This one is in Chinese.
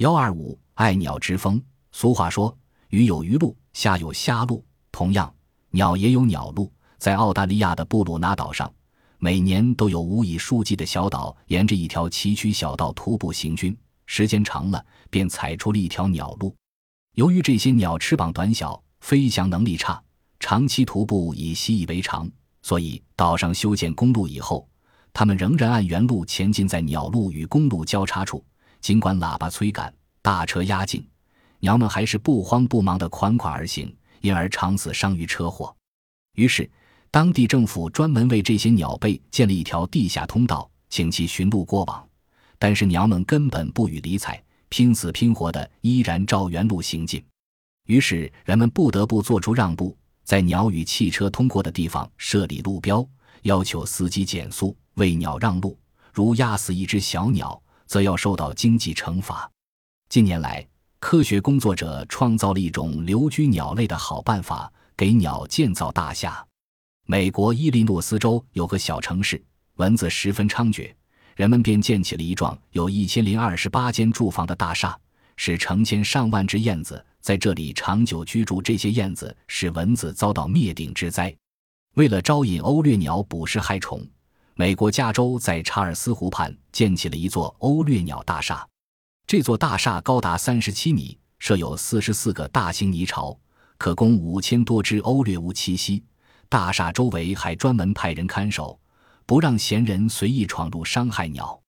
125爱鸟之风。俗话说，鱼有鱼路，虾有虾路，同样，鸟也有鸟路。在澳大利亚的布鲁纳岛上，每年都有无以数计的小岛沿着一条崎岖小道徒步行军，时间长了便踩出了一条鸟路。由于这些鸟翅膀短小，飞翔能力差，长期徒步已习以为常，所以岛上修建公路以后，它们仍然按原路前进。在鸟路与公路交叉处，尽管喇叭催赶，大车压境，鸟们还是不慌不忙地款款而行，因而常死伤于车祸。于是当地政府专门为这些鸟类建了一条地下通道，请其寻路过往，但是鸟们根本不予理睬，拼死拼活的依然照原路行进。于是人们不得不做出让步，在鸟与汽车通过的地方设立路标，要求司机减速，为鸟让路，如压死一只小鸟，则要受到经济惩罚。近年来，科学工作者创造了一种留居鸟类的好办法，给鸟建造大厦。美国伊利诺斯州有个小城市，蚊子十分猖獗，人们便建起了一幢有1028间住房的大厦，使成千上万只燕子在这里长久居住。这些燕子使蚊子遭到灭顶之灾。为了招引欧掠鸟捕食害虫，美国加州在查尔斯湖畔建起了一座欧掠鸟大厦。这座大厦高达37米，设有44个大型泥巢，可供5000多只欧掠物栖息。大厦周围还专门派人看守，不让闲人随意闯入伤害鸟。